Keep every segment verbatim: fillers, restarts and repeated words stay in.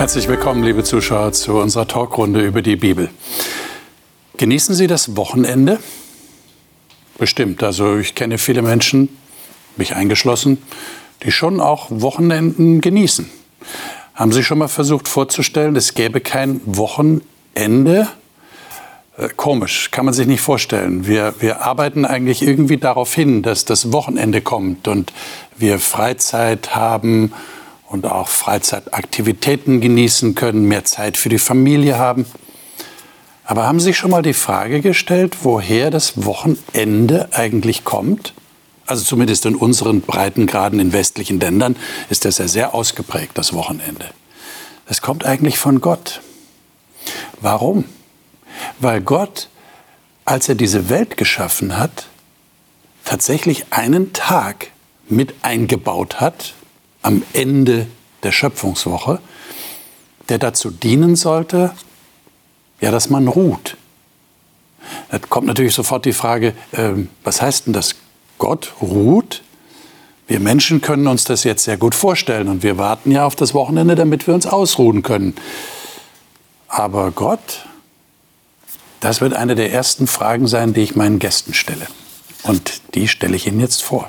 Herzlich willkommen, liebe Zuschauer, zu unserer Talkrunde über die Bibel. Genießen Sie das Wochenende? Bestimmt. Also ich kenne viele Menschen, mich eingeschlossen, die schon auch Wochenenden genießen. Haben Sie schon mal versucht vorzustellen, es gäbe kein Wochenende? Äh, komisch, kann man sich nicht vorstellen. Wir, wir arbeiten eigentlich irgendwie darauf hin, dass das Wochenende kommt und wir Freizeit haben und auch Freizeitaktivitäten genießen können, mehr Zeit für die Familie haben. Aber haben Sie sich schon mal die Frage gestellt, woher das Wochenende eigentlich kommt? Also zumindest in unseren Breitengraden in westlichen Ländern ist das ja sehr ausgeprägt, das Wochenende. Das kommt eigentlich von Gott. Warum? Weil Gott, als er diese Welt geschaffen hat, tatsächlich einen Tag mit eingebaut hat, am Ende der Schöpfungswoche, der dazu dienen sollte, ja, dass man ruht. Da kommt natürlich sofort die Frage, äh, was heißt denn das? Gott ruht? Wir Menschen können uns das jetzt sehr gut vorstellen und wir warten ja auf das Wochenende, damit wir uns ausruhen können. Aber Gott, das wird eine der ersten Fragen sein, die ich meinen Gästen stelle. Und die stelle ich Ihnen jetzt vor.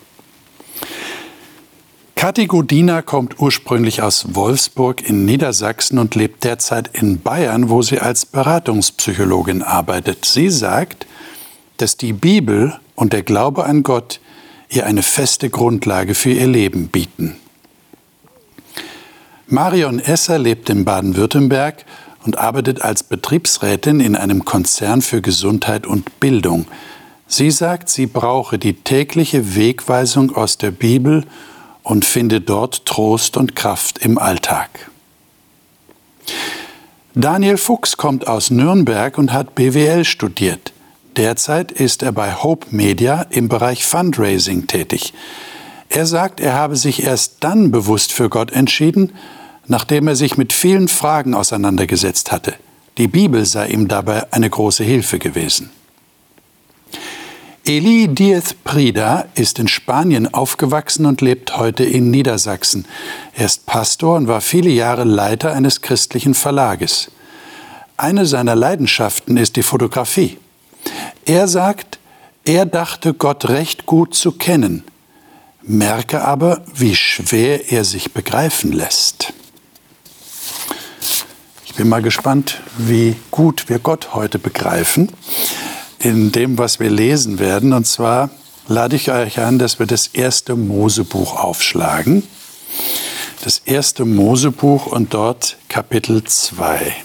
Kathi Godina kommt ursprünglich aus Wolfsburg in Niedersachsen und lebt derzeit in Bayern, wo sie als Beratungspsychologin arbeitet. Sie sagt, dass die Bibel und der Glaube an Gott ihr eine feste Grundlage für ihr Leben bieten. Marion Esser lebt in Baden-Württemberg und arbeitet als Betriebsrätin in einem Konzern für Gesundheit und Bildung. Sie sagt, sie brauche die tägliche Wegweisung aus der Bibel und finde dort Trost und Kraft im Alltag. Daniel Fuchs kommt aus Nürnberg und hat B W L studiert. Derzeit ist er bei Hope Media im Bereich Fundraising tätig. Er sagt, er habe sich erst dann bewusst für Gott entschieden, nachdem er sich mit vielen Fragen auseinandergesetzt hatte. Die Bibel sei ihm dabei eine große Hilfe gewesen. Eli Diez Prida ist in Spanien aufgewachsen und lebt heute in Niedersachsen. Er ist Pastor und war viele Jahre Leiter eines christlichen Verlages. Eine seiner Leidenschaften ist die Fotografie. Er sagt, er dachte Gott recht gut zu kennen, merke aber, wie schwer er sich begreifen lässt. Ich bin mal gespannt, wie gut wir Gott heute begreifen in dem, was wir lesen werden. Und zwar lade ich euch an, dass wir das erste Mosebuch aufschlagen. Das erste Mosebuch und dort Kapitel zwei.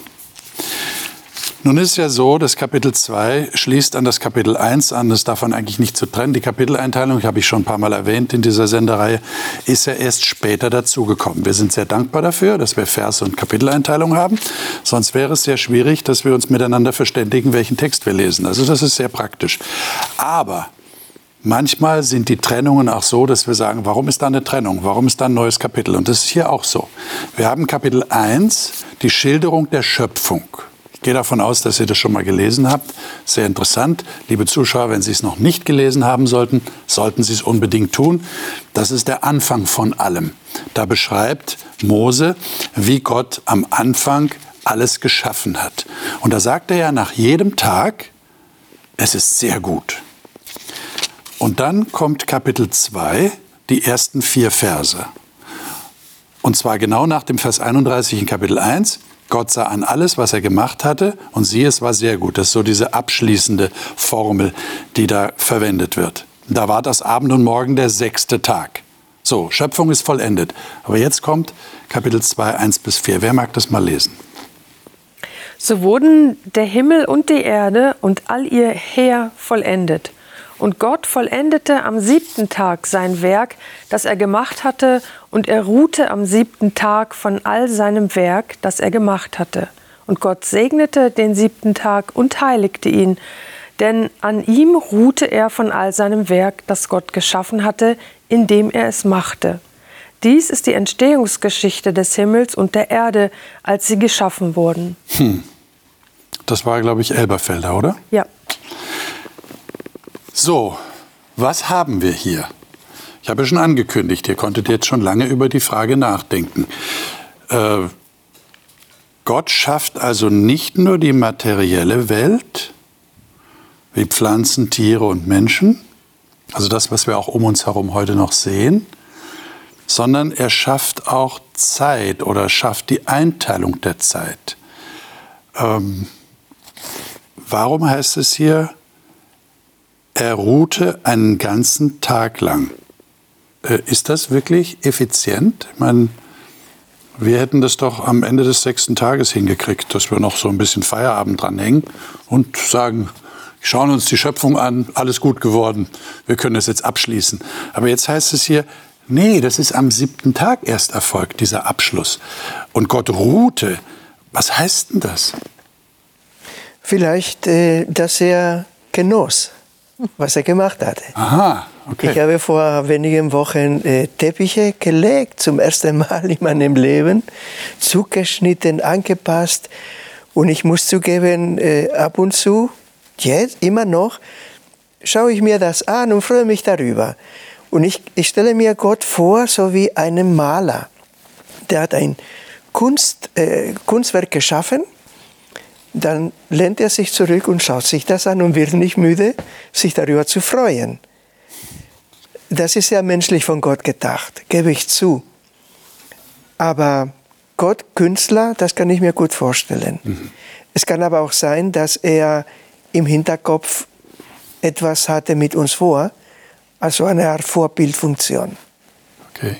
Nun ist es ja so, das Kapitel zwei schließt an das Kapitel eins an. Das ist davon eigentlich nicht zu trennen. Die Kapiteleinteilung, habe ich schon ein paar Mal erwähnt in dieser Sendereihe, ist ja erst später dazugekommen. Wir sind sehr dankbar dafür, dass wir Vers- und Kapiteleinteilung haben. Sonst wäre es sehr schwierig, dass wir uns miteinander verständigen, welchen Text wir lesen. Also das ist sehr praktisch. Aber manchmal sind die Trennungen auch so, dass wir sagen, warum ist da eine Trennung? Warum ist da ein neues Kapitel? Und das ist hier auch so. Wir haben Kapitel eins, die Schilderung der Schöpfung. Ich gehe davon aus, dass ihr das schon mal gelesen habt. Sehr interessant. Liebe Zuschauer, wenn Sie es noch nicht gelesen haben sollten, sollten Sie es unbedingt tun. Das ist der Anfang von allem. Da beschreibt Mose, wie Gott am Anfang alles geschaffen hat. Und da sagt er ja nach jedem Tag, es ist sehr gut. Und dann kommt Kapitel zwei, die ersten vier Verse. Und zwar genau nach dem Vers einunddreißig in Kapitel eins. Gott sah an alles, was er gemacht hatte, und siehe, es war sehr gut. Das ist so diese abschließende Formel, die da verwendet wird. Da war das Abend und Morgen der sechste Tag. So, Schöpfung ist vollendet. Aber jetzt kommt Kapitel zwei, eins bis vier. Wer mag das mal lesen? So wurden der Himmel und die Erde und all ihr Heer vollendet. Und Gott vollendete am siebten Tag sein Werk, das er gemacht hatte, und er ruhte am siebten Tag von all seinem Werk, das er gemacht hatte. Und Gott segnete den siebten Tag und heiligte ihn, denn an ihm ruhte er von all seinem Werk, das Gott geschaffen hatte, indem er es machte. Dies ist die Entstehungsgeschichte des Himmels und der Erde, als sie geschaffen wurden. Hm. Das war, glaube ich, Elberfelder, oder? Ja. So, was haben wir hier? Ich habe ja schon angekündigt, ihr konntet jetzt schon lange über die Frage nachdenken. Äh, Gott schafft also nicht nur die materielle Welt, wie Pflanzen, Tiere und Menschen, also das, was wir auch um uns herum heute noch sehen, sondern er schafft auch Zeit oder schafft die Einteilung der Zeit. Ähm, warum heißt es hier, er ruhte einen ganzen Tag lang? Äh, ist das wirklich effizient? Ich meine, wir hätten das doch am Ende des sechsten Tages hingekriegt, dass wir noch so ein bisschen Feierabend dranhängen und sagen, schauen uns die Schöpfung an, alles gut geworden, wir können das jetzt abschließen. Aber jetzt heißt es hier, nee, das ist am siebten Tag erst erfolgt, dieser Abschluss. Und Gott ruhte. Was heißt denn das? Vielleicht, äh, dass er genoss, was er gemacht hatte. Aha, okay. Ich habe vor wenigen Wochen äh, Teppiche gelegt, zum ersten Mal in meinem Leben, zugeschnitten, angepasst. Und ich muss zugeben, äh, ab und zu, jetzt immer noch, schaue ich mir das an und freue mich darüber. Und ich, ich stelle mir Gott vor, so wie einen Maler. Der hat ein Kunst, äh, Kunstwerk geschaffen, dann lehnt er sich zurück und schaut sich das an und wird nicht müde, sich darüber zu freuen. Das ist ja menschlich von Gott gedacht, gebe ich zu. Aber Gott, Künstler, das kann ich mir gut vorstellen. Mhm. Es kann aber auch sein, dass er im Hinterkopf etwas hatte mit uns vor, also eine Art Vorbildfunktion. Okay.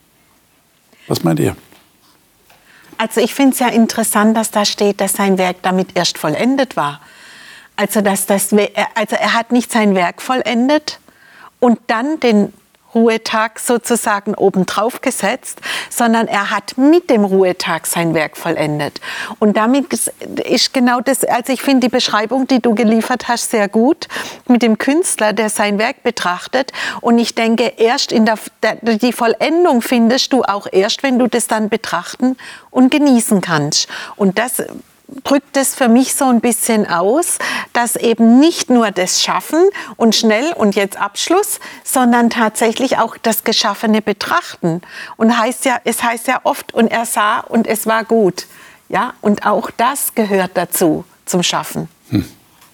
Was meint ihr? Also ich finde es ja interessant, dass da steht, dass sein Werk damit erst vollendet war. Also, dass das, also er hat nicht sein Werk vollendet und dann den Ruhetag sozusagen obendrauf gesetzt, sondern er hat mit dem Ruhetag sein Werk vollendet. Und damit ist genau das, also ich finde die Beschreibung, die du geliefert hast, sehr gut, mit dem Künstler, der sein Werk betrachtet. Und ich denke, erst in der, der die Vollendung findest du auch erst, wenn du das dann betrachten und genießen kannst. Und das drückt es für mich so ein bisschen aus, dass eben nicht nur das Schaffen und schnell und jetzt Abschluss, sondern tatsächlich auch das Geschaffene betrachten. Und heißt ja, es heißt ja oft, und er sah und es war gut. Ja, und auch das gehört dazu, zum Schaffen. Hm.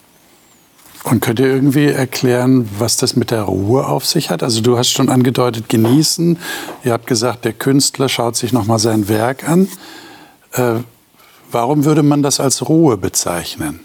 Und könnt ihr irgendwie erklären, was das mit der Ruhe auf sich hat? Also du hast schon angedeutet, genießen. Ihr habt gesagt, der Künstler schaut sich noch mal sein Werk an. Äh, Warum würde man das als Ruhe bezeichnen?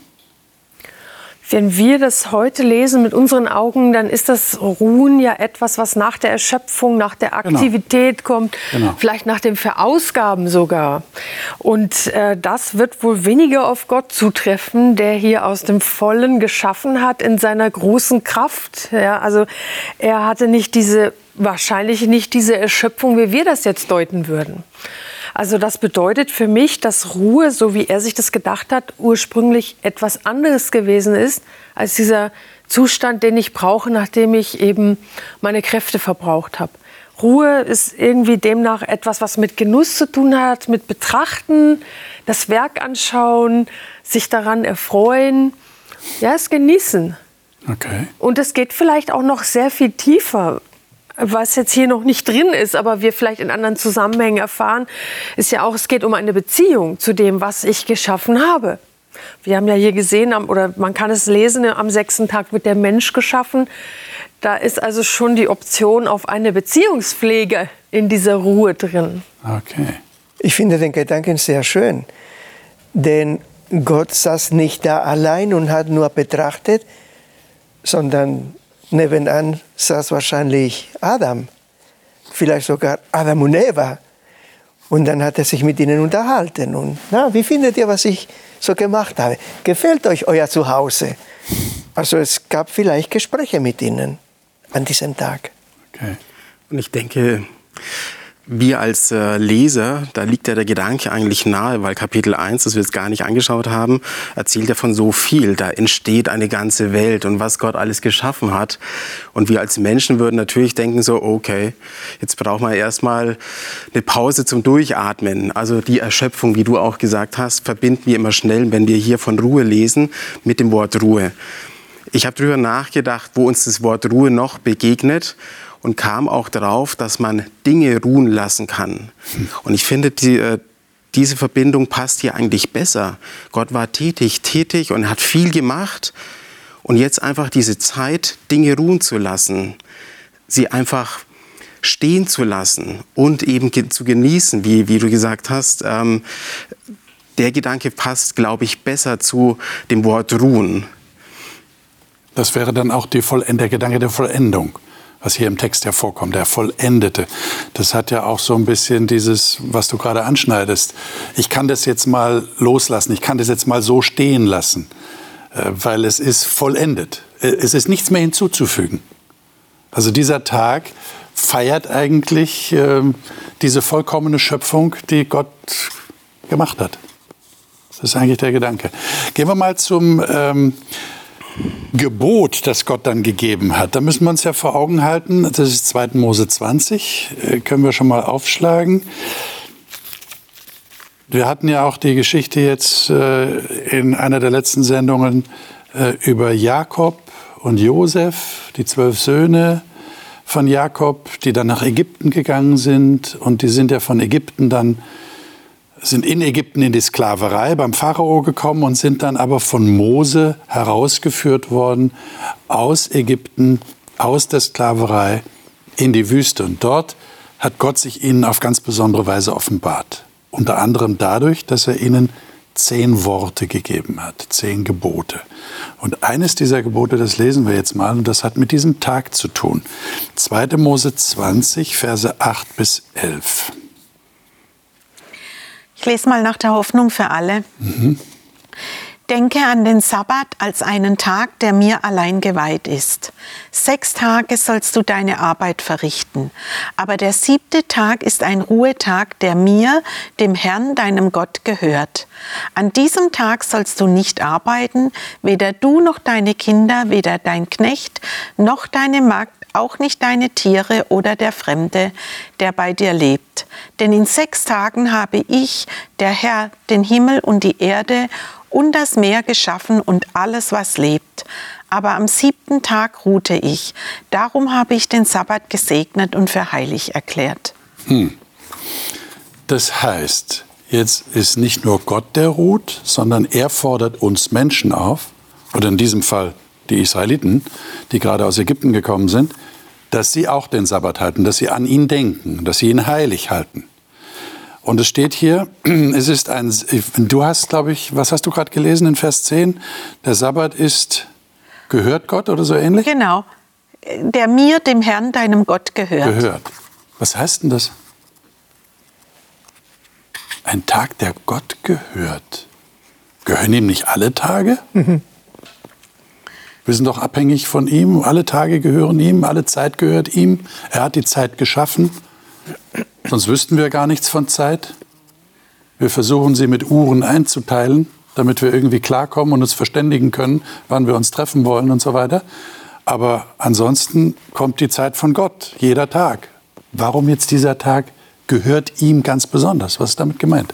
Wenn wir das heute lesen mit unseren Augen, dann ist das Ruhen ja etwas, was nach der Erschöpfung, nach der Aktivität genau. kommt, genau. vielleicht nach dem Verausgaben sogar. Und äh, das wird wohl weniger auf Gott zutreffen, der hier aus dem Vollen geschaffen hat in seiner großen Kraft. Ja, also er hatte nicht diese, wahrscheinlich nicht diese Erschöpfung, wie wir das jetzt deuten würden. Also das bedeutet für mich, dass Ruhe, so wie er sich das gedacht hat, ursprünglich etwas anderes gewesen ist, als dieser Zustand, den ich brauche, nachdem ich eben meine Kräfte verbraucht habe. Ruhe ist irgendwie demnach etwas, was mit Genuss zu tun hat, mit Betrachten, das Werk anschauen, sich daran erfreuen, ja, es genießen. Okay. Und es geht vielleicht auch noch sehr viel tiefer. Was jetzt hier noch nicht drin ist, aber wir vielleicht in anderen Zusammenhängen erfahren, ist ja auch, es geht um eine Beziehung zu dem, was ich geschaffen habe. Wir haben ja hier gesehen, oder man kann es lesen, am sechsten Tag wird der Mensch geschaffen. Da ist also schon die Option auf eine Beziehungspflege in dieser Ruhe drin. Okay. Ich finde den Gedanken sehr schön, denn Gott saß nicht da allein und hat nur betrachtet, sondern nebenan saß wahrscheinlich Adam, vielleicht sogar Adam und Eva. Und dann hat er sich mit ihnen unterhalten. Und na, wie findet ihr, was ich so gemacht habe? Gefällt euch euer Zuhause? Also es gab vielleicht Gespräche mit ihnen an diesem Tag. Okay. Und ich denke, wir als äh, Leser, da liegt ja der Gedanke eigentlich nahe, weil Kapitel eins, das wir jetzt gar nicht angeschaut haben, erzählt ja von so viel. Da entsteht eine ganze Welt und was Gott alles geschaffen hat. Und wir als Menschen würden natürlich denken so, okay, jetzt brauchen wir erstmal eine Pause zum Durchatmen. Also die Erschöpfung, wie du auch gesagt hast, verbinden wir immer schnell, wenn wir hier von Ruhe lesen, mit dem Wort Ruhe. Ich habe darüber nachgedacht, wo uns das Wort Ruhe noch begegnet. Und kam auch darauf, dass man Dinge ruhen lassen kann. Und ich finde, die, diese Verbindung passt hier eigentlich besser. Gott war tätig, tätig und hat viel gemacht. Und jetzt einfach diese Zeit, Dinge ruhen zu lassen, sie einfach stehen zu lassen und eben ge- zu genießen, wie, wie du gesagt hast. Ähm, der Gedanke passt, glaube ich, besser zu dem Wort ruhen. Das wäre dann auch die Vollend- der Gedanke der Vollendung, was hier im Text ja vorkommt, der Vollendete. Das hat ja auch so ein bisschen dieses, was du gerade anschneidest. Ich kann das jetzt mal loslassen, ich kann das jetzt mal so stehen lassen, weil es ist vollendet. Es ist nichts mehr hinzuzufügen. Also dieser Tag feiert eigentlich äh, diese vollkommene Schöpfung, die Gott gemacht hat. Das ist eigentlich der Gedanke. Gehen wir mal zum ähm, Gebot, das Gott dann gegeben hat. Da müssen wir uns ja vor Augen halten, das ist zweiter Mose zwanzig, äh, können wir schon mal aufschlagen. Wir hatten ja auch die Geschichte jetzt äh, in einer der letzten Sendungen äh, über Jakob und Josef, die zwölf Söhne von Jakob, die dann nach Ägypten gegangen sind. Und die sind ja von Ägypten dann, sind in Ägypten in die Sklaverei beim Pharao gekommen und sind dann aber von Mose herausgeführt worden aus Ägypten, aus der Sklaverei in die Wüste. Und dort hat Gott sich ihnen auf ganz besondere Weise offenbart. Unter anderem dadurch, dass er ihnen zehn Worte gegeben hat, zehn Gebote. Und eines dieser Gebote, das lesen wir jetzt mal, und das hat mit diesem Tag zu tun. zweiter Mose zwanzig, Verse acht bis elf. Ich lese mal nach der Hoffnung für alle. Mhm. Denke an den Sabbat als einen Tag, der mir allein geweiht ist. Sechs Tage sollst du deine Arbeit verrichten. Aber der siebte Tag ist ein Ruhetag, der mir, dem Herrn, deinem Gott, gehört. An diesem Tag sollst du nicht arbeiten, weder du noch deine Kinder, weder dein Knecht noch deine Magd, auch nicht deine Tiere oder der Fremde, der bei dir lebt. Denn in sechs Tagen habe ich, der Herr, den Himmel und die Erde und das Meer geschaffen und alles, was lebt. Aber am siebten Tag ruhte ich. Darum habe ich den Sabbat gesegnet und für heilig erklärt. Hm. Das heißt, jetzt ist nicht nur Gott, der ruht, sondern er fordert uns Menschen auf, oder in diesem Fall die Israeliten, die gerade aus Ägypten gekommen sind, dass sie auch den Sabbat halten, dass sie an ihn denken, dass sie ihn heilig halten. Und es steht hier, es ist ein, du hast, glaube ich, was hast du gerade gelesen in Vers zehn? Der Sabbat ist, gehört Gott oder so ähnlich? Genau, der mir, dem Herrn, deinem Gott gehört. Gehört. Was heißt denn das? Ein Tag, der Gott gehört. Gehören ihm nicht alle Tage? Mhm. Wir sind doch abhängig von ihm. Alle Tage gehören ihm, alle Zeit gehört ihm. Er hat die Zeit geschaffen. Sonst wüssten wir gar nichts von Zeit. Wir versuchen, sie mit Uhren einzuteilen, damit wir irgendwie klarkommen und uns verständigen können, wann wir uns treffen wollen und so weiter. Aber ansonsten kommt die Zeit von Gott, jeder Tag. Warum jetzt dieser Tag gehört ihm ganz besonders? Was ist damit gemeint?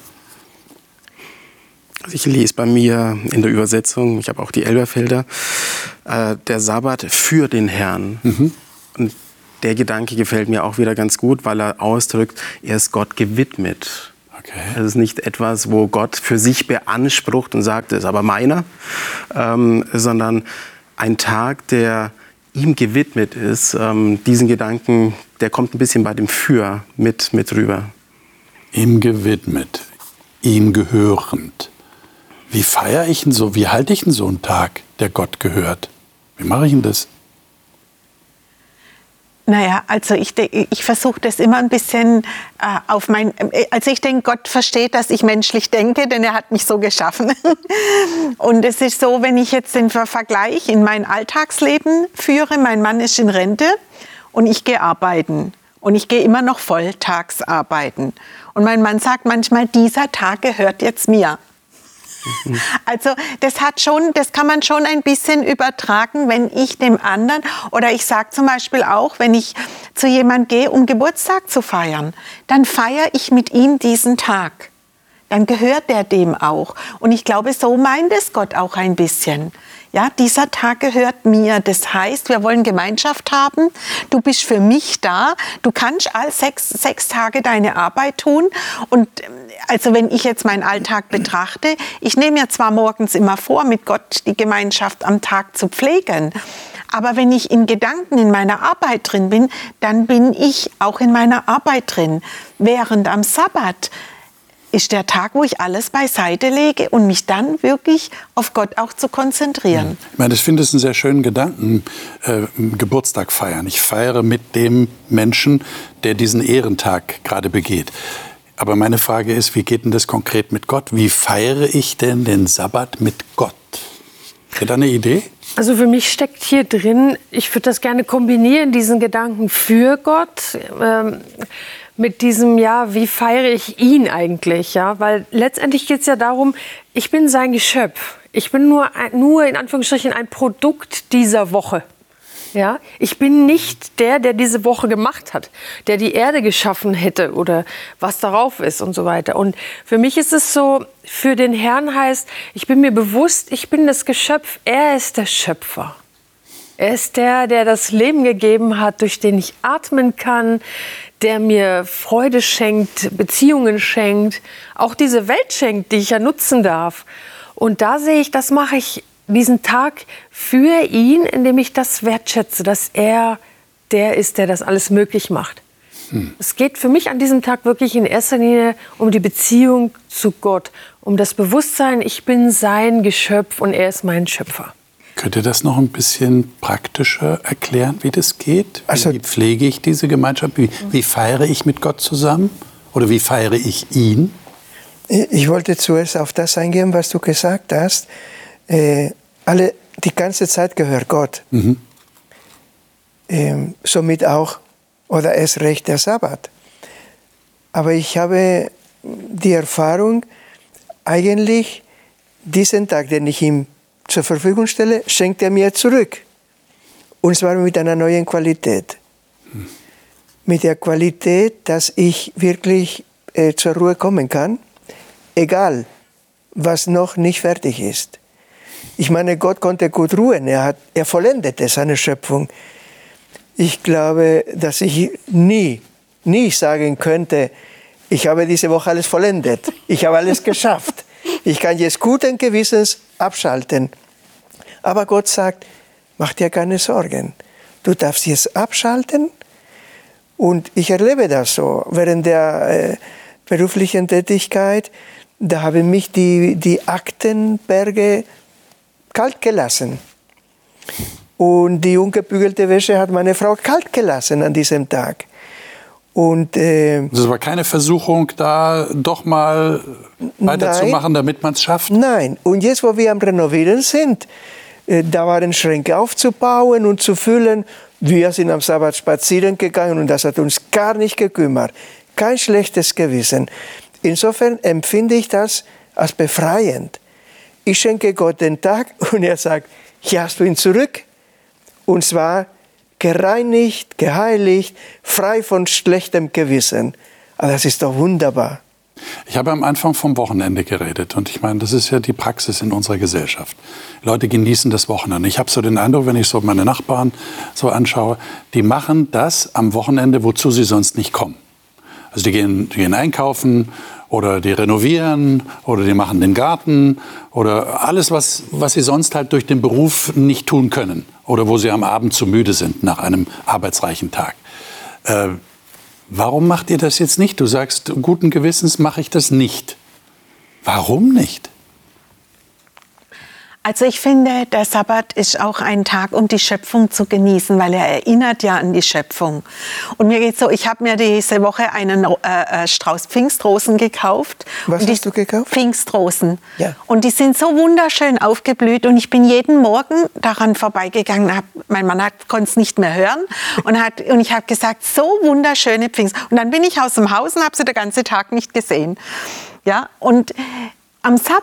Ich lese bei mir in der Übersetzung, ich habe auch die Elberfelder, äh, der Sabbat für den Herrn. Mhm. Und der Gedanke gefällt mir auch wieder ganz gut, weil er ausdrückt, er ist Gott gewidmet. Okay. Das ist nicht etwas, wo Gott für sich beansprucht und sagt, das ist aber meiner, ähm, sondern ein Tag, der ihm gewidmet ist. Ähm, diesen Gedanken, der kommt ein bisschen bei dem Für mit, mit rüber. Ihm gewidmet, ihm gehörend. Wie feiere ich denn so, wie halte ich denn so einen Tag, der Gott gehört? Wie mache ich denn das? Naja, also ich, ich versuche das immer ein bisschen äh, auf mein... Also ich denke, Gott versteht, dass ich menschlich denke, denn er hat mich so geschaffen. Und es ist so, wenn ich jetzt den Vergleich in mein Alltagsleben führe, mein Mann ist in Rente und ich gehe arbeiten. Und ich gehe immer noch volltags arbeiten. Und mein Mann sagt manchmal, dieser Tag gehört jetzt mir. Also das hat schon, das kann man schon ein bisschen übertragen, wenn ich dem anderen, oder ich sage zum Beispiel auch, wenn ich zu jemandem gehe, um Geburtstag zu feiern, dann feiere ich mit ihm diesen Tag. Dann gehört der dem auch. Und ich glaube, so meint es Gott auch ein bisschen. Ja, dieser Tag gehört mir. Das heißt, wir wollen Gemeinschaft haben. Du bist für mich da. Du kannst all sechs, sechs Tage deine Arbeit tun. Und also wenn ich jetzt meinen Alltag betrachte, ich nehme mir zwar morgens immer vor, mit Gott die Gemeinschaft am Tag zu pflegen. Aber wenn ich in Gedanken in meiner Arbeit drin bin, dann bin ich auch in meiner Arbeit drin. Während am Sabbat ist der Tag, wo ich alles beiseite lege und mich dann wirklich auf Gott auch zu konzentrieren. Ich meine, ich finde es einen sehr schönen Gedanken, äh, Geburtstag feiern. Ich feiere mit dem Menschen, der diesen Ehrentag gerade begeht. Aber meine Frage ist, wie geht denn das konkret mit Gott? Wie feiere ich denn den Sabbat mit Gott? Habt ihr da eine Idee? Also für mich steckt hier drin, ich würde das gerne kombinieren, diesen Gedanken für Gott, ähm, mit diesem, ja, wie feiere ich ihn eigentlich, ja, weil letztendlich geht es ja darum, ich bin sein Geschöpf. Ich bin nur, nur in Anführungsstrichen ein Produkt dieser Woche. Ja, ich bin nicht der, der diese Woche gemacht hat, der die Erde geschaffen hätte oder was darauf ist und so weiter. Und für mich ist es so, für den Herrn heißt, ich bin mir bewusst, ich bin das Geschöpf, er ist der Schöpfer. Er ist der, der das Leben gegeben hat, durch den ich atmen kann, der mir Freude schenkt, Beziehungen schenkt, auch diese Welt schenkt, die ich ja nutzen darf. Und da sehe ich, das mache ich diesen Tag für ihn, indem ich das wertschätze, dass er der ist, der das alles möglich macht. Hm. Es geht für mich an diesem Tag wirklich in erster Linie um die Beziehung zu Gott, um das Bewusstsein, ich bin sein Geschöpf und er ist mein Schöpfer. Könnt ihr das noch ein bisschen praktischer erklären, wie das geht? Also, wie pflege ich diese Gemeinschaft? Wie, wie feiere ich mit Gott zusammen? Oder wie feiere ich ihn? Ich wollte zuerst auf das eingehen, was du gesagt hast. Äh, alle, die ganze Zeit gehört Gott. Mhm. Ähm, somit auch, oder erst recht der Sabbat. Aber ich habe die Erfahrung, eigentlich diesen Tag, den ich ihm zur Verfügung stelle, schenkt er mir zurück. Und zwar mit einer neuen Qualität. Hm. Mit der Qualität, dass ich wirklich äh, zur Ruhe kommen kann, egal, was noch nicht fertig ist. Ich meine, Gott konnte gut ruhen, er, hat, er vollendete seine Schöpfung. Ich glaube, dass ich nie, nie sagen könnte, ich habe diese Woche alles vollendet, ich habe alles geschafft. Ich kann jetzt guten Gewissens abschalten. Aber Gott sagt, mach dir keine Sorgen. Du darfst jetzt abschalten. Und ich erlebe das so. Während der äh, beruflichen Tätigkeit, da haben mich die, die Aktenberge kalt gelassen. Und die ungebügelte Wäsche hat meine Frau kalt gelassen an diesem Tag. Und, äh, das war keine Versuchung, da doch mal weiterzumachen, damit man es schafft? Nein. Und jetzt, wo wir am Renovieren sind, äh, da waren Schränke aufzubauen und zu füllen. Wir sind am Sabbat spazieren gegangen und das hat uns gar nicht gekümmert. Kein schlechtes Gewissen. Insofern empfinde ich das als befreiend. Ich schenke Gott den Tag und er sagt, hier hast du ihn zurück. Und zwar gereinigt, geheiligt, frei von schlechtem Gewissen. Aber das ist doch wunderbar. Ich habe am Anfang vom Wochenende geredet und ich meine, das ist ja die Praxis in unserer Gesellschaft. Leute genießen das Wochenende. Ich habe so den Eindruck, wenn ich so meine Nachbarn so anschaue, die machen das am Wochenende, wozu sie sonst nicht kommen. Also die gehen, die gehen einkaufen oder die renovieren oder die machen den Garten oder alles, was, was sie sonst halt durch den Beruf nicht tun können oder wo sie am Abend zu müde sind nach einem arbeitsreichen Tag. Äh, warum macht ihr das jetzt nicht? Du sagst, guten Gewissens mache ich das nicht. Warum nicht? Also ich finde, der Sabbat ist auch ein Tag, um die Schöpfung zu genießen, weil er erinnert ja an die Schöpfung. Und mir geht's so, ich habe mir diese Woche einen äh, Strauß Pfingstrosen gekauft. Was und die, hast du gekauft? Pfingstrosen. Ja. Und die sind so wunderschön aufgeblüht und ich bin jeden Morgen daran vorbeigegangen. Hab, mein Mann konnte es nicht mehr hören und, hat, und ich habe gesagt, so wunderschöne Pfingst. Und dann bin ich aus dem Haus und habe sie den ganzen Tag nicht gesehen. Ja, und am Sabbat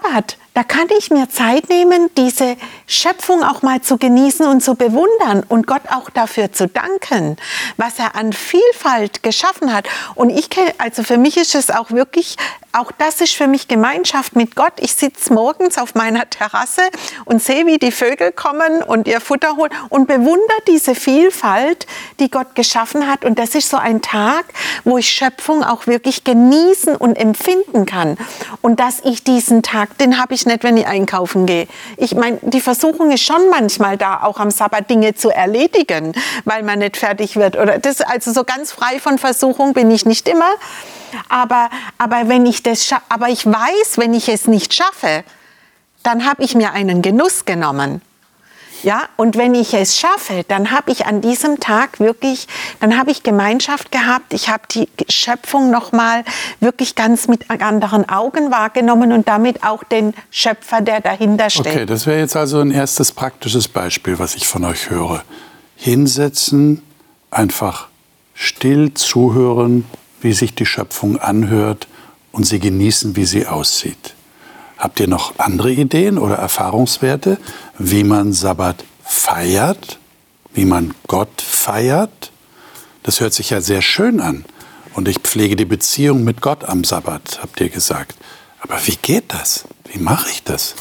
Da kann ich mir Zeit nehmen, diese Schöpfung auch mal zu genießen und zu bewundern und Gott auch dafür zu danken, was er an Vielfalt geschaffen hat. Und ich kenne, also für mich ist es auch wirklich, auch das ist für mich Gemeinschaft mit Gott. Ich sitze morgens auf meiner Terrasse und sehe, wie die Vögel kommen und ihr Futter holen und bewundere diese Vielfalt, die Gott geschaffen hat. Und das ist so ein Tag, wo ich Schöpfung auch wirklich genießen und empfinden kann. Und dass ich diesen Tag, den habe ich nicht, wenn ich einkaufen gehe. Ich meine, die Versuchung ist schon manchmal da, auch am Sabbat Dinge zu erledigen, weil man nicht fertig wird. Oder das, also so ganz frei von Versuchung bin ich nicht immer. Aber, aber, wenn ich das, aber ich weiß, wenn ich es nicht schaffe, dann habe ich mir einen Genuss genommen. Ja, und wenn ich es schaffe, dann habe ich an diesem Tag wirklich, dann habe ich Gemeinschaft gehabt. Ich habe die Schöpfung noch mal wirklich ganz mit anderen Augen wahrgenommen und damit auch den Schöpfer, der dahinter steht. Okay, das wäre jetzt also ein erstes praktisches Beispiel, was ich von euch höre. Hinsetzen, einfach still zuhören, wie sich die Schöpfung anhört und sie genießen, wie sie aussieht. Habt ihr noch andere Ideen oder Erfahrungswerte, wie man Sabbat feiert, wie man Gott feiert? Das hört sich ja sehr schön an. Und ich pflege die Beziehung mit Gott am Sabbat, habt ihr gesagt. Aber wie geht das? Wie mache ich das?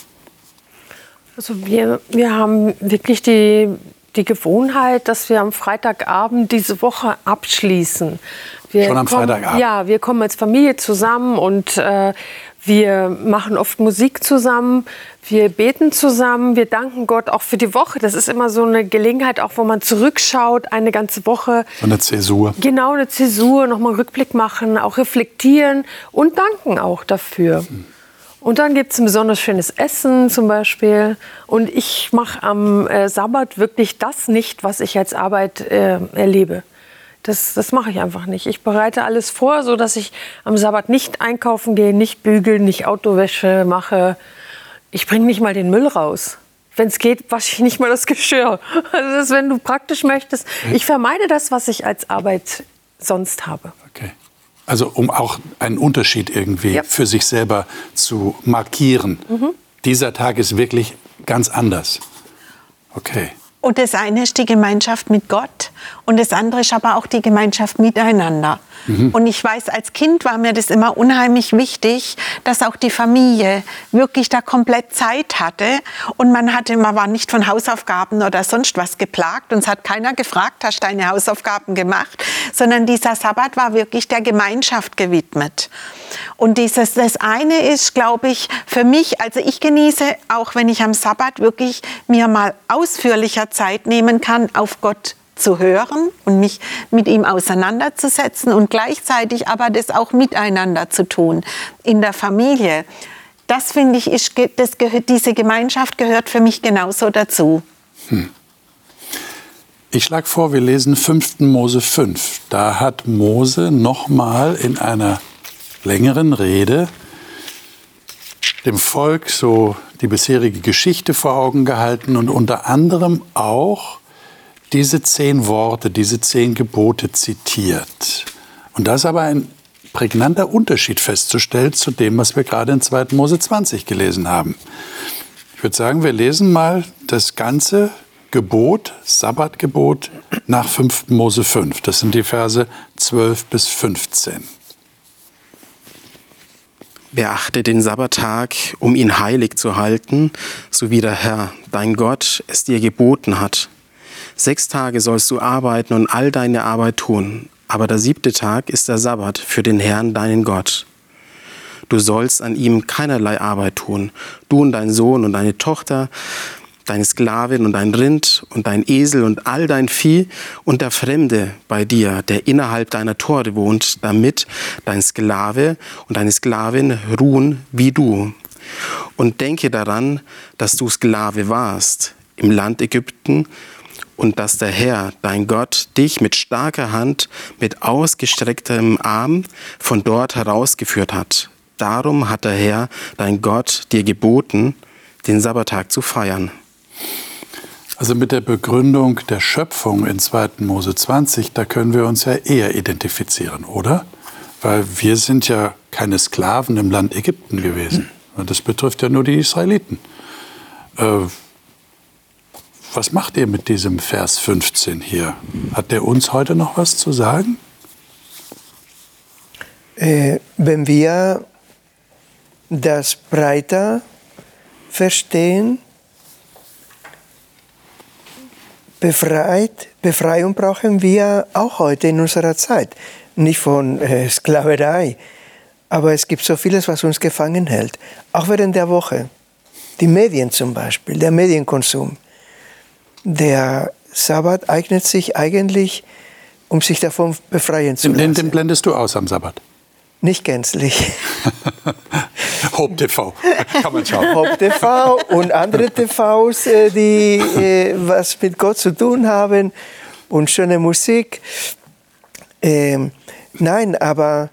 Also wir, wir haben wirklich die, die Gewohnheit, dass wir am Freitagabend diese Woche abschließen. Wir Schon am kommen, Freitagabend? Ja, wir kommen als Familie zusammen und äh, wir machen oft Musik zusammen, wir beten zusammen, wir danken Gott auch für die Woche. Das ist immer so eine Gelegenheit, auch wo man zurückschaut, eine ganze Woche. So eine Zäsur. Genau, eine Zäsur, nochmal einen Rückblick machen, auch reflektieren und danken auch dafür. Hm. Und dann gibt es ein besonders schönes Essen zum Beispiel. Und ich mache am äh, Sabbat wirklich das nicht, was ich als Arbeit äh, erlebe. Das, das mache ich einfach nicht. Ich bereite alles vor, so dass ich am Sabbat nicht einkaufen gehe, nicht bügeln, nicht Autowäsche mache. Ich bringe nicht mal den Müll raus. Wenn es geht, wasche ich nicht mal das Geschirr. Also das, wenn du praktisch möchtest. Ich vermeide das, was ich als Arbeit sonst habe. Okay. Also um auch einen Unterschied irgendwie ja. für sich selber zu markieren. Mhm. Dieser Tag ist wirklich ganz anders. Okay. Und das eine ist die Gemeinschaft mit Gott und das andere ist aber auch die Gemeinschaft miteinander. Mhm. Und ich weiß, als Kind war mir das immer unheimlich wichtig, dass auch die Familie wirklich da komplett Zeit hatte. Und man hatte, man war nicht von Hausaufgaben oder sonst was geplagt. Uns hat keiner gefragt, hast du deine Hausaufgaben gemacht? Sondern dieser Sabbat war wirklich der Gemeinschaft gewidmet. Und dieses, das eine ist, glaube ich, für mich, also ich genieße, auch wenn ich am Sabbat wirklich mir mal ausführlicher Zeit nehmen kann, auf Gott zu hören und mich mit ihm auseinanderzusetzen und gleichzeitig aber das auch miteinander zu tun in der Familie. Das finde ich, ist, das gehört, diese Gemeinschaft gehört für mich genauso dazu. Hm. Ich schlage vor, wir lesen fünften Mose fünf. Da hat Mose nochmal in einer längeren Rede dem Volk so die bisherige Geschichte vor Augen gehalten und unter anderem auch diese zehn Worte, diese zehn Gebote zitiert. Und da ist aber ein prägnanter Unterschied festzustellen zu dem, was wir gerade in zweiten Mose zwanzig gelesen haben. Ich würde sagen, wir lesen mal das ganze Gebot, Sabbatgebot nach fünften Mose fünf. Das sind die Verse zwölf bis fünfzehn. Beachte den Sabbattag, um ihn heilig zu halten, so wie der Herr, dein Gott, es dir geboten hat. Sechs Tage sollst du arbeiten und all deine Arbeit tun, aber der siebte Tag ist der Sabbat für den Herrn, deinen Gott. Du sollst an ihm keinerlei Arbeit tun, du und dein Sohn und deine Tochter, deine Sklavin und dein Rind und dein Esel und all dein Vieh und der Fremde bei dir, der innerhalb deiner Tore wohnt, damit dein Sklave und deine Sklavin ruhen wie du. Und denke daran, dass du Sklave warst im Land Ägypten und dass der Herr, dein Gott, dich mit starker Hand, mit ausgestrecktem Arm von dort herausgeführt hat. Darum hat der Herr, dein Gott, dir geboten, den Sabbattag zu feiern. Also mit der Begründung der Schöpfung in zweiten Mose zwanzig, da können wir uns ja eher identifizieren, oder? Weil wir sind ja keine Sklaven im Land Ägypten gewesen. Das betrifft ja nur die Israeliten. Äh, was macht ihr mit diesem Vers fünfzehn hier? Hat der uns heute noch was zu sagen? Äh, wenn wir das breiter verstehen, befreit, Befreiung brauchen wir auch heute in unserer Zeit. Nicht von äh, Sklaverei, aber es gibt so vieles, was uns gefangen hält. Auch während der Woche. Die Medien zum Beispiel, der Medienkonsum. Der Sabbat eignet sich eigentlich, um sich davon befreien zu lassen. Den, den blendest du aus am Sabbat? Nicht gänzlich. Hope T V, kann man schauen. Hope T V und andere T Vs, die äh, was mit Gott zu tun haben und schöne Musik. Ähm, nein, aber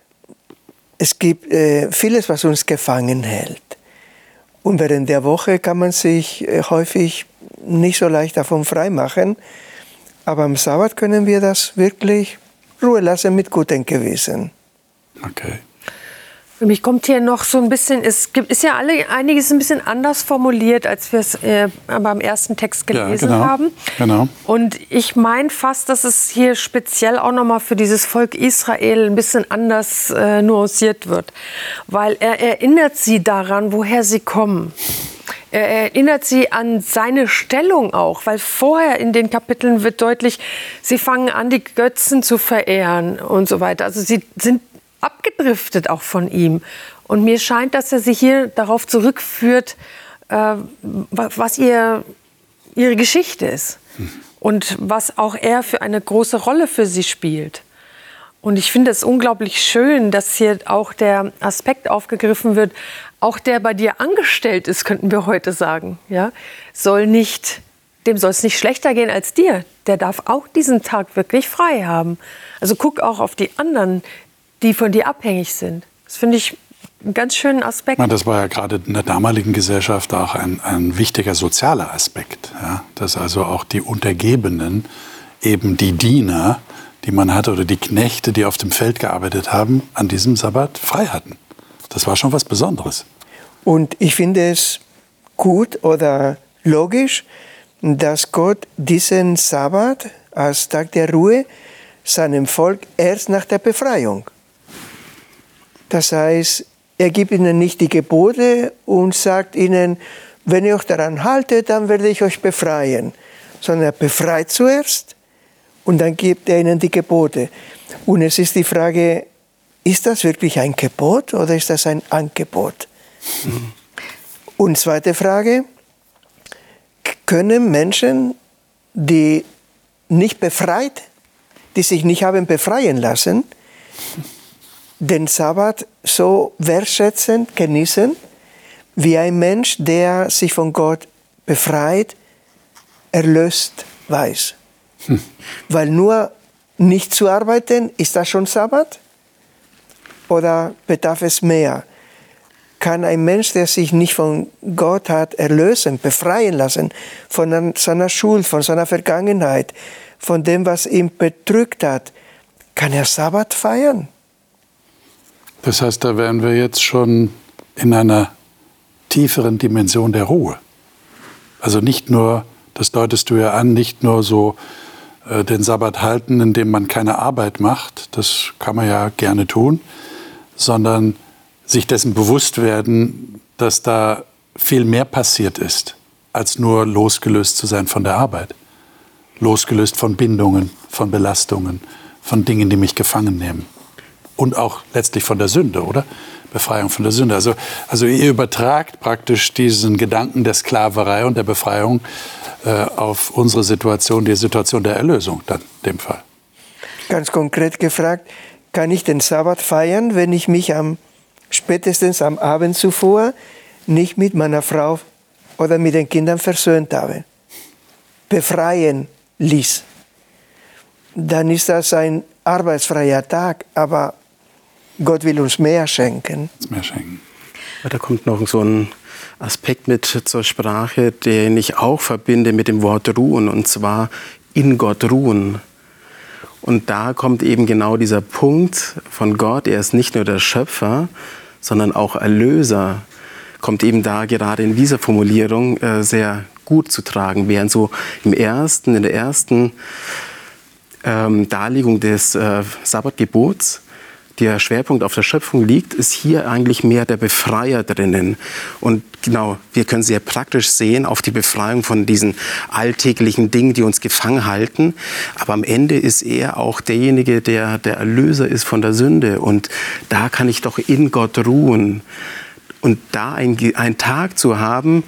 es gibt äh, vieles, was uns gefangen hält. Und während der Woche kann man sich äh, häufig nicht so leicht davon freimachen. Aber am Sabbat können wir das wirklich Ruhe lassen mit gutem Gewissen. Okay. Für mich kommt hier noch so ein bisschen, es gibt, ist ja alle, einiges ein bisschen anders formuliert, als wir es äh, beim ersten Text gelesen ja, genau, haben. Genau. Und ich meine fast, dass es hier speziell auch nochmal für dieses Volk Israel ein bisschen anders äh, nuanciert wird. Weil er erinnert sie daran, woher sie kommen. Er erinnert sie an seine Stellung auch, weil vorher in den Kapiteln wird deutlich, sie fangen an, die Götzen zu verehren und so weiter. Also sie sind abgedriftet auch von ihm. Und mir scheint, dass er sie hier darauf zurückführt, äh, was ihr, ihre Geschichte ist. Mhm. Und was auch er für eine große Rolle für sie spielt. Und ich finde es unglaublich schön, dass hier auch der Aspekt aufgegriffen wird, auch der bei dir angestellt ist, könnten wir heute sagen. Ja? Soll nicht, dem soll es nicht schlechter gehen als dir. Der darf auch diesen Tag wirklich frei haben. Also guck auch auf die anderen, die von dir abhängig sind. Das finde ich einen ganz schönen Aspekt. Das war ja gerade in der damaligen Gesellschaft auch ein, ein wichtiger sozialer Aspekt. Ja? Dass also auch die Untergebenen, eben die Diener, die man hatte, oder die Knechte, die auf dem Feld gearbeitet haben, an diesem Sabbat frei hatten. Das war schon was Besonderes. Und ich finde es gut oder logisch, dass Gott diesen Sabbat als Tag der Ruhe seinem Volk erst nach der Befreiung. Das heißt, er gibt ihnen nicht die Gebote und sagt ihnen, wenn ihr euch daran haltet, dann werde ich euch befreien. Sondern er befreit zuerst und dann gibt er ihnen die Gebote. Und es ist die Frage, ist das wirklich ein Gebot oder ist das ein Angebot? Mhm. Und zweite Frage, können Menschen, die nicht befreit, die sich nicht haben befreien lassen, den Sabbat so wertschätzen, genießen, wie ein Mensch, der sich von Gott befreit, erlöst weiß? Hm. Weil nur nicht zu arbeiten, ist das schon Sabbat? Oder bedarf es mehr? Kann ein Mensch, der sich nicht von Gott hat erlösen, befreien lassen, von seiner Schuld, von seiner Vergangenheit, von dem, was ihn bedrückt hat, kann er Sabbat feiern? Das heißt, da wären wir jetzt schon in einer tieferen Dimension der Ruhe. Also nicht nur, das deutest du ja an, nicht nur so äh, den Sabbat halten, indem man keine Arbeit macht, das kann man ja gerne tun, sondern sich dessen bewusst werden, dass da viel mehr passiert ist, als nur losgelöst zu sein von der Arbeit. Losgelöst von Bindungen, von Belastungen, von Dingen, die mich gefangen nehmen. Und auch letztlich von der Sünde, oder? Befreiung von der Sünde. Also, also ihr übertragt praktisch diesen Gedanken der Sklaverei und der Befreiung äh, auf unsere Situation, die Situation der Erlösung dann in dem Fall. Ganz konkret gefragt, kann ich den Sabbat feiern, wenn ich mich am spätestens am Abend zuvor nicht mit meiner Frau oder mit den Kindern versöhnt habe, befreien ließ? Dann ist das ein arbeitsfreier Tag, aber Gott will uns mehr schenken. Mehr schenken. Da kommt noch so ein Aspekt mit zur Sprache, den ich auch verbinde mit dem Wort ruhen, und zwar in Gott ruhen. Und da kommt eben genau dieser Punkt von Gott. Er ist nicht nur der Schöpfer, sondern auch Erlöser. kommt eben da gerade in dieser Formulierung äh, sehr gut zu tragen. Während so im ersten, in der ersten ähm, Darlegung des äh, Sabbatgebots der Schwerpunkt auf der Schöpfung liegt, ist hier eigentlich mehr der Befreier drinnen. Und genau, wir können sehr praktisch sehen auf die Befreiung von diesen alltäglichen Dingen, die uns gefangen halten. Aber am Ende ist er auch derjenige, der der Erlöser ist von der Sünde. Und da kann ich doch in Gott ruhen. Und da einen Tag zu haben,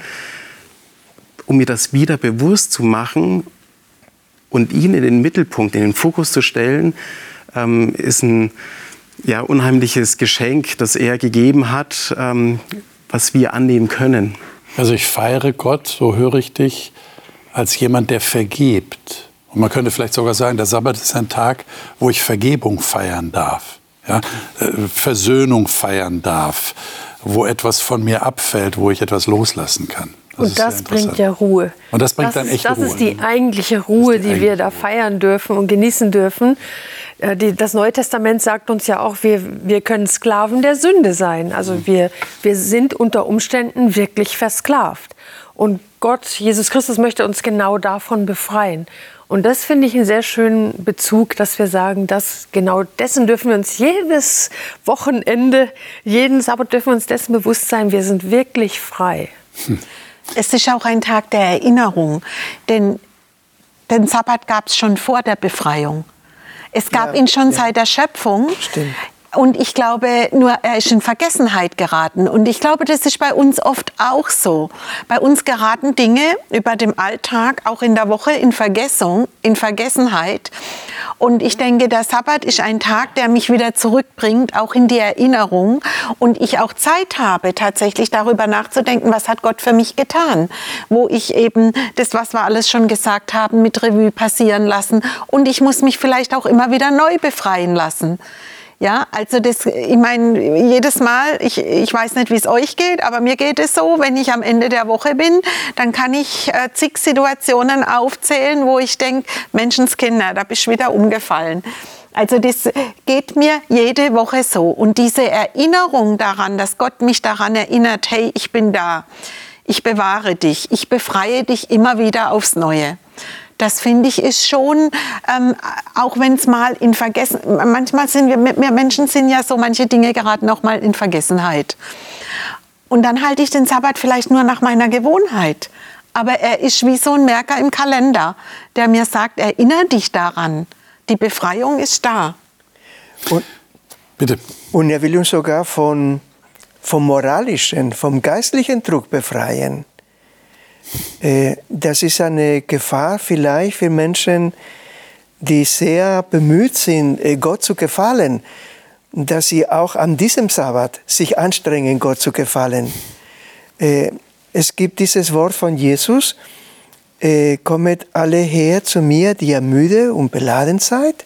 um mir das wieder bewusst zu machen und ihn in den Mittelpunkt, in den Fokus zu stellen, ähm, ist ein ja, unheimliches Geschenk, das er gegeben hat, ähm, was wir annehmen können. Also ich feiere Gott, so höre ich dich, als jemand, der vergibt. Und man könnte vielleicht sogar sagen, der Sabbat ist ein Tag, wo ich Vergebung feiern darf, ja? Versöhnung feiern darf, wo etwas von mir abfällt, wo ich etwas loslassen kann. Das und das bringt ja Ruhe. Und das bringt das dann ist, echt das Ruhe. Das ist die eigentliche Ruhe, die, die wir da feiern dürfen und genießen dürfen. Das Neue Testament sagt uns ja auch, wir, wir können Sklaven der Sünde sein. Also wir, wir sind unter Umständen wirklich versklavt. Und Gott, Jesus Christus, möchte uns genau davon befreien. Und das finde ich einen sehr schönen Bezug, dass wir sagen, dass genau dessen dürfen wir uns jedes Wochenende, jeden Sabbat dürfen wir uns dessen bewusst sein, wir sind wirklich frei. Hm. Es ist auch ein Tag der Erinnerung, denn den Sabbat gab es schon vor der Befreiung. Es gab ja, ihn schon ja. seit der Schöpfung. Stimmt. Und ich glaube, nur er ist in Vergessenheit geraten. Und ich glaube, das ist bei uns oft auch so. Bei uns geraten Dinge über dem Alltag, auch in der Woche, in Vergessung, in Vergessenheit. Und ich denke, der Sabbat ist ein Tag, der mich wieder zurückbringt, auch in die Erinnerung. Und ich auch Zeit habe, tatsächlich darüber nachzudenken, was hat Gott für mich getan. Wo ich eben das, was wir alles schon gesagt haben, mit Revue passieren lassen. Und ich muss mich vielleicht auch immer wieder neu befreien lassen. Ja, also das, ich meine, jedes Mal, ich, ich weiß nicht, wie es euch geht, aber mir geht es so, wenn ich am Ende der Woche bin, dann kann ich äh, zig Situationen aufzählen, wo ich denke, Menschenskinder, da bist du wieder umgefallen. Also das geht mir jede Woche so. Und diese Erinnerung daran, dass Gott mich daran erinnert, hey, ich bin da, ich bewahre dich, ich befreie dich immer wieder aufs Neue. Das finde ich ist schon, ähm, auch wenn es mal in Vergessen, manchmal sind wir, wir Menschen sind ja so, manche Dinge geraten auch mal in Vergessenheit. Und dann halte ich den Sabbat vielleicht nur nach meiner Gewohnheit. Aber er ist wie so ein Merker im Kalender, der mir sagt, erinnere dich daran. Die Befreiung ist da. Und, Bitte. Und er will uns sogar von, vom moralischen, vom geistlichen Druck befreien. Das ist eine Gefahr vielleicht für Menschen, die sehr bemüht sind, Gott zu gefallen, dass sie auch an diesem Sabbat sich anstrengen, Gott zu gefallen. Es gibt dieses Wort von Jesus, kommet alle her zu mir, die ihr müde und beladen seid.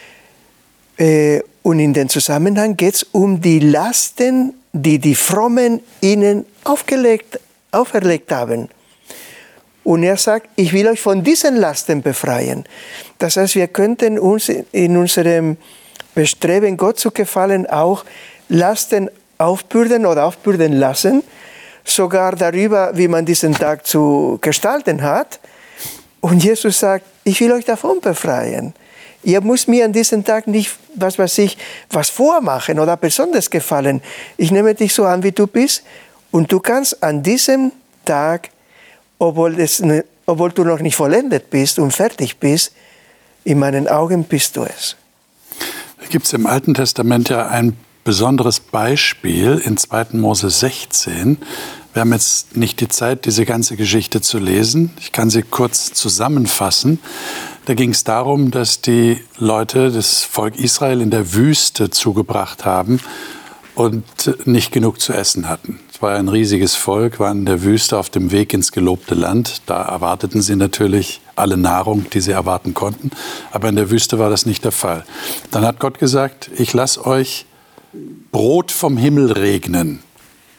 Und in dem Zusammenhang geht es um die Lasten, die die Frommen ihnen aufgelegt, auferlegt haben. Und er sagt, ich will euch von diesen Lasten befreien. Das heißt, wir könnten uns in unserem Bestreben, Gott zu gefallen, auch Lasten aufbürden oder aufbürden lassen, sogar darüber, wie man diesen Tag zu gestalten hat. Und Jesus sagt, ich will euch davon befreien. Ihr müsst mir an diesem Tag nicht, was weiß ich, was vormachen oder besonders gefallen. Ich nehme dich so an, wie du bist, und du kannst an diesem Tag, Obwohl, es, obwohl du noch nicht vollendet bist und fertig bist, in meinen Augen bist du es. Da gibt es im Alten Testament ja ein besonderes Beispiel in zweiten Mose sechzehn. Wir haben jetzt nicht die Zeit, diese ganze Geschichte zu lesen. Ich kann sie kurz zusammenfassen. Da ging es darum, dass die Leute, das Volk Israel, in der Wüste zugebracht haben und nicht genug zu essen hatten. Es war ein riesiges Volk, waren in der Wüste auf dem Weg ins gelobte Land. Da erwarteten sie natürlich alle Nahrung, die sie erwarten konnten. Aber in der Wüste war das nicht der Fall. Dann hat Gott gesagt, ich lasse euch Brot vom Himmel regnen.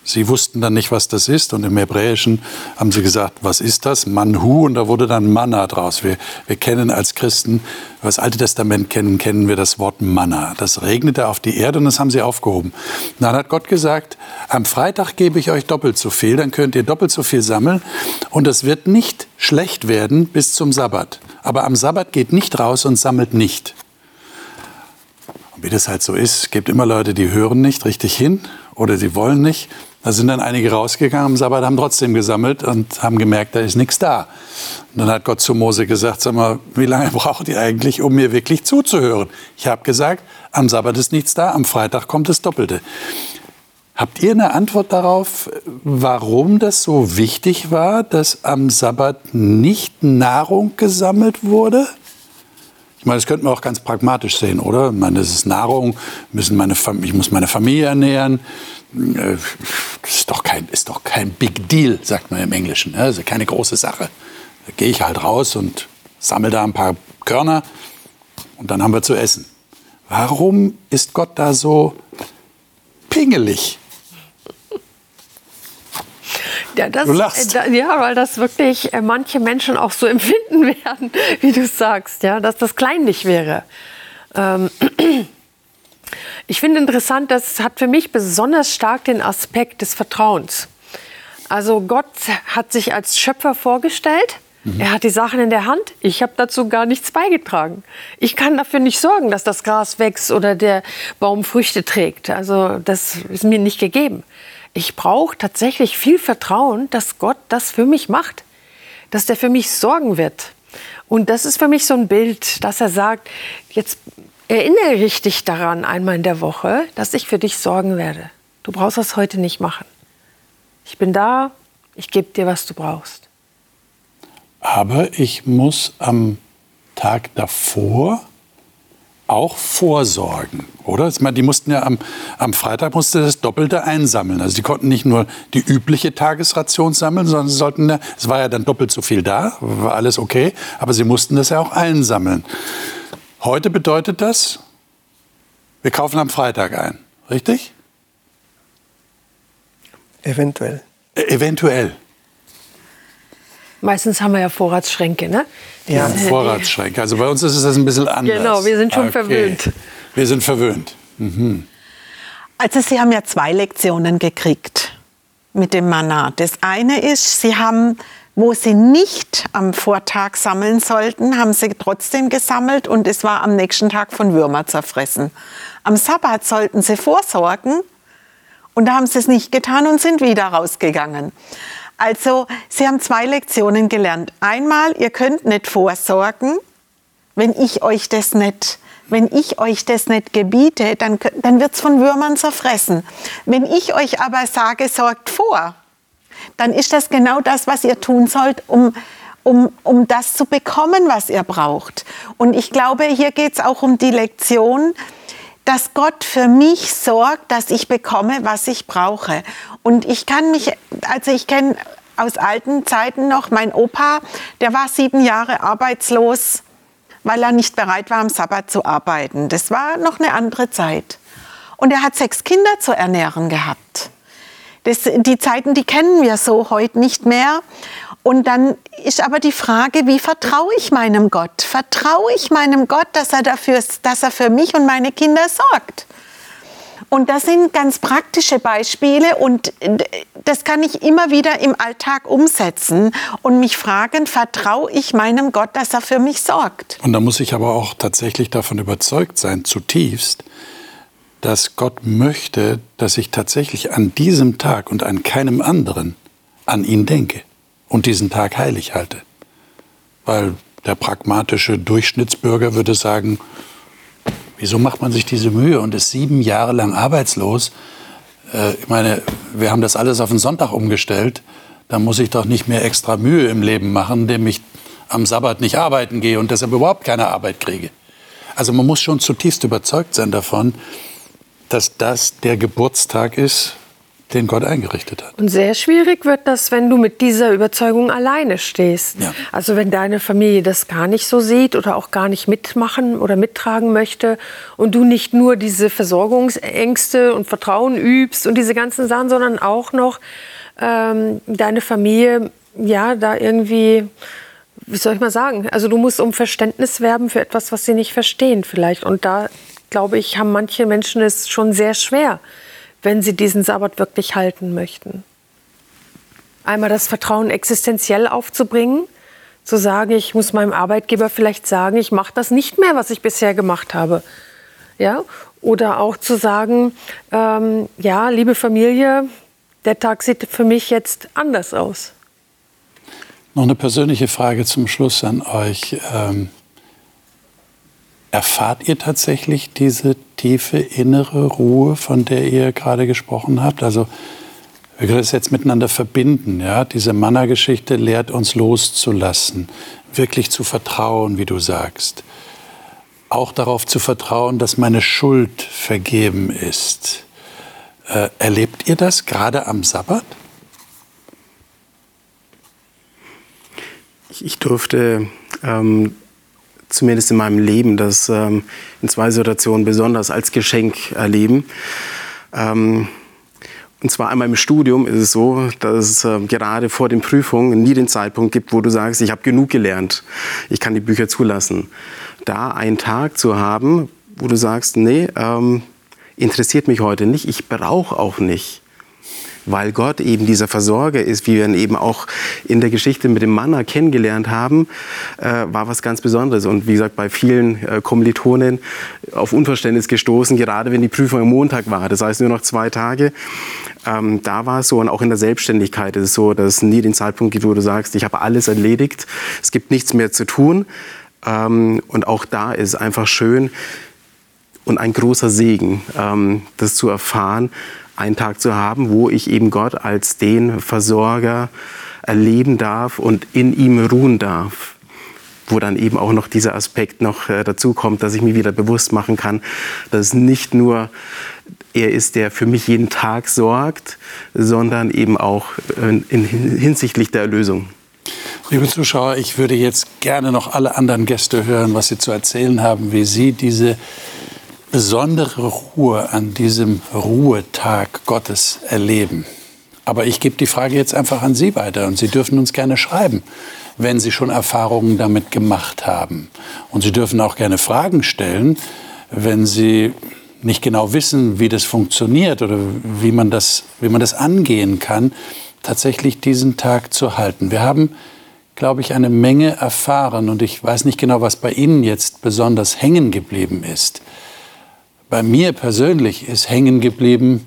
Sie wussten dann nicht, was das ist. Und im Hebräischen haben sie gesagt, was ist das? Manhu. Und da wurde dann Manna draus. Wir, wir kennen als Christen, wenn wir das Alte Testament kennen, kennen wir das Wort Manna. Das regnete auf die Erde und das haben sie aufgehoben. Und dann hat Gott gesagt, am Freitag gebe ich euch doppelt so viel, dann könnt ihr doppelt so viel sammeln. Und es wird nicht schlecht werden bis zum Sabbat. Aber am Sabbat geht nicht raus und sammelt nicht. Und wie das halt so ist, es gibt immer Leute, die hören nicht richtig hin oder sie wollen nicht. Da sind dann einige rausgegangen am Sabbat, haben trotzdem gesammelt und haben gemerkt, da ist nichts da. Und dann hat Gott zu Mose gesagt, sag mal, wie lange braucht ihr eigentlich, um mir wirklich zuzuhören? Ich habe gesagt, am Sabbat ist nichts da, am Freitag kommt das Doppelte. Habt ihr eine Antwort darauf, warum das so wichtig war, dass am Sabbat nicht Nahrung gesammelt wurde? Ich meine, das könnte man auch ganz pragmatisch sehen, oder? Ich meine, das ist Nahrung, müssen meine Fam- ich muss meine Familie ernähren. Das ist doch kein, ist doch kein Big Deal, sagt man im Englischen. Also keine große Sache. Da gehe ich halt raus und sammle da ein paar Körner und dann haben wir zu essen. Warum ist Gott da so pingelig? Ja, das, Du lachst. äh, ja, weil das wirklich äh, manche Menschen auch so empfinden werden, wie du sagst, ja, dass das kleinlich wäre. Ähm, ich finde interessant, das hat für mich besonders stark den Aspekt des Vertrauens. Also Gott hat sich als Schöpfer vorgestellt. Mhm. Er hat die Sachen in der Hand. Ich habe dazu gar nichts beigetragen. Ich kann dafür nicht sorgen, dass das Gras wächst oder der Baum Früchte trägt. Also das ist mir nicht gegeben. Ich brauche tatsächlich viel Vertrauen, dass Gott das für mich macht, dass der für mich sorgen wird. Und das ist für mich so ein Bild, dass er sagt, jetzt erinnere ich dich daran einmal in der Woche, dass ich für dich sorgen werde. Du brauchst das heute nicht machen. Ich bin da, ich gebe dir, was du brauchst. Aber ich muss am Tag davor auch vorsorgen, oder? Ich meine, die mussten ja am, am Freitag musste das Doppelte einsammeln. Also die konnten nicht nur die übliche Tagesration sammeln, sondern sie sollten, ja, es war ja dann doppelt so viel da, war alles okay, aber sie mussten das ja auch einsammeln. Heute bedeutet das, wir kaufen am Freitag ein, richtig? Eventuell. Äh, eventuell. Meistens haben wir ja Vorratsschränke, ne? Ja. Vorratsschränke. Also bei uns ist es ein bisschen anders. Genau, wir sind schon okay. verwöhnt. Wir sind verwöhnt. Mhm. Also Sie haben ja zwei Lektionen gekriegt mit dem Manna. Das eine ist, Sie haben, wo Sie nicht am Vortag sammeln sollten, haben Sie trotzdem gesammelt und es war am nächsten Tag von Würmer zerfressen. Am Sabbat sollten Sie vorsorgen und da haben Sie es nicht getan und sind wieder rausgegangen. Also Sie haben zwei Lektionen gelernt. Einmal, ihr könnt nicht vorsorgen, wenn ich euch das nicht, wenn ich euch das nicht gebiete, dann, dann wird es von Würmern zerfressen. Wenn ich euch aber sage, sorgt vor, dann ist das genau das, was ihr tun sollt, um, um, um das zu bekommen, was ihr braucht. Und ich glaube, hier geht es auch um die Lektion, dass Gott für mich sorgt, dass ich bekomme, was ich brauche. Und ich kann mich, also ich kenne aus alten Zeiten noch, mein Opa, der war sieben Jahre arbeitslos, weil er nicht bereit war, am Sabbat zu arbeiten. Das war noch eine andere Zeit. Und er hat sechs Kinder zu ernähren gehabt. Das, die Zeiten, die kennen wir so heute nicht mehr. Und dann ist aber die Frage, wie vertraue ich meinem Gott? Vertraue ich meinem Gott, dass er dafür, dass er für mich und meine Kinder sorgt? Und das sind ganz praktische Beispiele und das kann ich immer wieder im Alltag umsetzen und mich fragen, vertraue ich meinem Gott, dass er für mich sorgt? Und da muss ich aber auch tatsächlich davon überzeugt sein, zutiefst, dass Gott möchte, dass ich tatsächlich an diesem Tag und an keinem anderen an ihn denke und diesen Tag heilig halte. Weil der pragmatische Durchschnittsbürger würde sagen, wieso macht man sich diese Mühe und ist sieben Jahre lang arbeitslos? Äh, ich meine, wir haben das alles auf den Sonntag umgestellt. Da muss ich doch nicht mehr extra Mühe im Leben machen, indem ich am Sabbat nicht arbeiten gehe und deshalb überhaupt keine Arbeit kriege. Also man muss schon zutiefst überzeugt sein davon, dass das der Geburtstag ist, den Gott eingerichtet hat. Und sehr schwierig wird das, wenn du mit dieser Überzeugung alleine stehst. Ja. Also wenn deine Familie das gar nicht so sieht oder auch gar nicht mitmachen oder mittragen möchte und du nicht nur diese Versorgungsängste und Vertrauen übst und diese ganzen Sachen, sondern auch noch ähm, deine Familie, ja, da irgendwie, wie soll ich mal sagen, also du musst um Verständnis werben für etwas, was sie nicht verstehen vielleicht. Und da, glaube ich, haben manche Menschen es schon sehr schwer, wenn sie diesen Sabbat wirklich halten möchten. Einmal das Vertrauen existenziell aufzubringen, zu sagen, ich muss meinem Arbeitgeber vielleicht sagen, ich mache das nicht mehr, was ich bisher gemacht habe. Ja? Oder auch zu sagen, ähm, ja, liebe Familie, der Tag sieht für mich jetzt anders aus. Noch eine persönliche Frage zum Schluss an euch. Ähm, erfahrt ihr tatsächlich diese tiefe innere Ruhe, von der ihr gerade gesprochen habt? Also wir können das jetzt miteinander verbinden. Ja? Diese Manna-Geschichte lehrt uns loszulassen, wirklich zu vertrauen, wie du sagst. Auch darauf zu vertrauen, dass meine Schuld vergeben ist. Äh, erlebt ihr das gerade am Sabbat? Ich durfte ähm, zumindest in meinem Leben das ähm, in zwei Situationen besonders als Geschenk erleben. Ähm, und zwar einmal im Studium ist es so, dass es äh, gerade vor den Prüfungen nie den Zeitpunkt gibt, wo du sagst, ich habe genug gelernt, ich kann die Bücher zulassen. Da einen Tag zu haben, wo du sagst, nee, ähm, interessiert mich heute nicht, ich brauche auch nicht. Weil Gott eben dieser Versorger ist, wie wir ihn eben auch in der Geschichte mit dem Manna kennengelernt haben, äh, war was ganz Besonderes. Und wie gesagt, bei vielen äh, Kommilitonen auf Unverständnis gestoßen, gerade wenn die Prüfung am Montag war. Das heißt nur noch zwei Tage. Ähm, da war es so, und auch in der Selbstständigkeit ist es so, dass es nie den Zeitpunkt gibt, wo du sagst, ich habe alles erledigt, es gibt nichts mehr zu tun. Ähm, und auch da ist es einfach schön und ein großer Segen, ähm, das zu erfahren, einen Tag zu haben, wo ich eben Gott als den Versorger erleben darf und in ihm ruhen darf. Wo dann eben auch noch dieser Aspekt noch äh, dazu kommt, dass ich mir wieder bewusst machen kann, dass es nicht nur er ist, der für mich jeden Tag sorgt, sondern eben auch äh, in, hinsichtlich der Erlösung. Liebe Zuschauer, ich würde jetzt gerne noch alle anderen Gäste hören, was sie zu erzählen haben, wie sie diese besondere Ruhe an diesem Ruhetag Gottes erleben. Aber ich gebe die Frage jetzt einfach an Sie weiter und Sie dürfen uns gerne schreiben, wenn Sie schon Erfahrungen damit gemacht haben. Und Sie dürfen auch gerne Fragen stellen, wenn Sie nicht genau wissen, wie das funktioniert oder wie man das, wie man das angehen kann, tatsächlich diesen Tag zu halten. Wir haben, glaube ich, eine Menge erfahren und ich weiß nicht genau, was bei Ihnen jetzt besonders hängen geblieben ist. Bei mir persönlich ist hängen geblieben,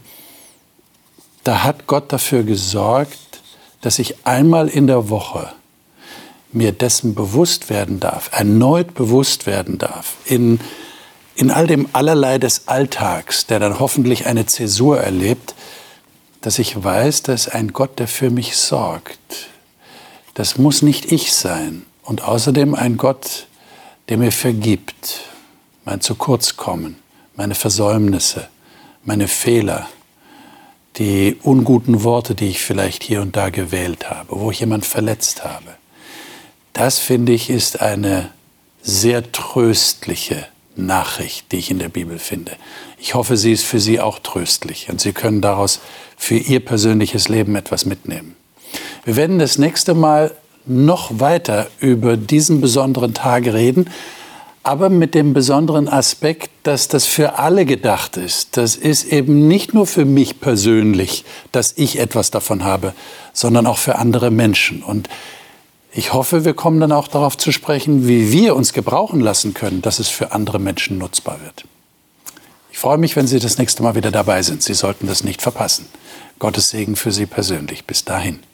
da hat Gott dafür gesorgt, dass ich einmal in der Woche mir dessen bewusst werden darf, erneut bewusst werden darf, in, in all dem Allerlei des Alltags, der dann hoffentlich eine Zäsur erlebt, dass ich weiß, da ist ein Gott, der für mich sorgt. Das muss nicht ich sein. Und außerdem ein Gott, der mir vergibt, mein Zu-kurz-Kommen, meine Versäumnisse, meine Fehler, die unguten Worte, die ich vielleicht hier und da gewählt habe, wo ich jemand verletzt habe. Das, finde ich, ist eine sehr tröstliche Nachricht, die ich in der Bibel finde. Ich hoffe, sie ist für Sie auch tröstlich und Sie können daraus für Ihr persönliches Leben etwas mitnehmen. Wir werden das nächste Mal noch weiter über diesen besonderen Tag reden, aber mit dem besonderen Aspekt, dass das für alle gedacht ist. Das ist eben nicht nur für mich persönlich, dass ich etwas davon habe, sondern auch für andere Menschen. Und ich hoffe, wir kommen dann auch darauf zu sprechen, wie wir uns gebrauchen lassen können, dass es für andere Menschen nutzbar wird. Ich freue mich, wenn Sie das nächste Mal wieder dabei sind. Sie sollten das nicht verpassen. Gottes Segen für Sie persönlich. Bis dahin.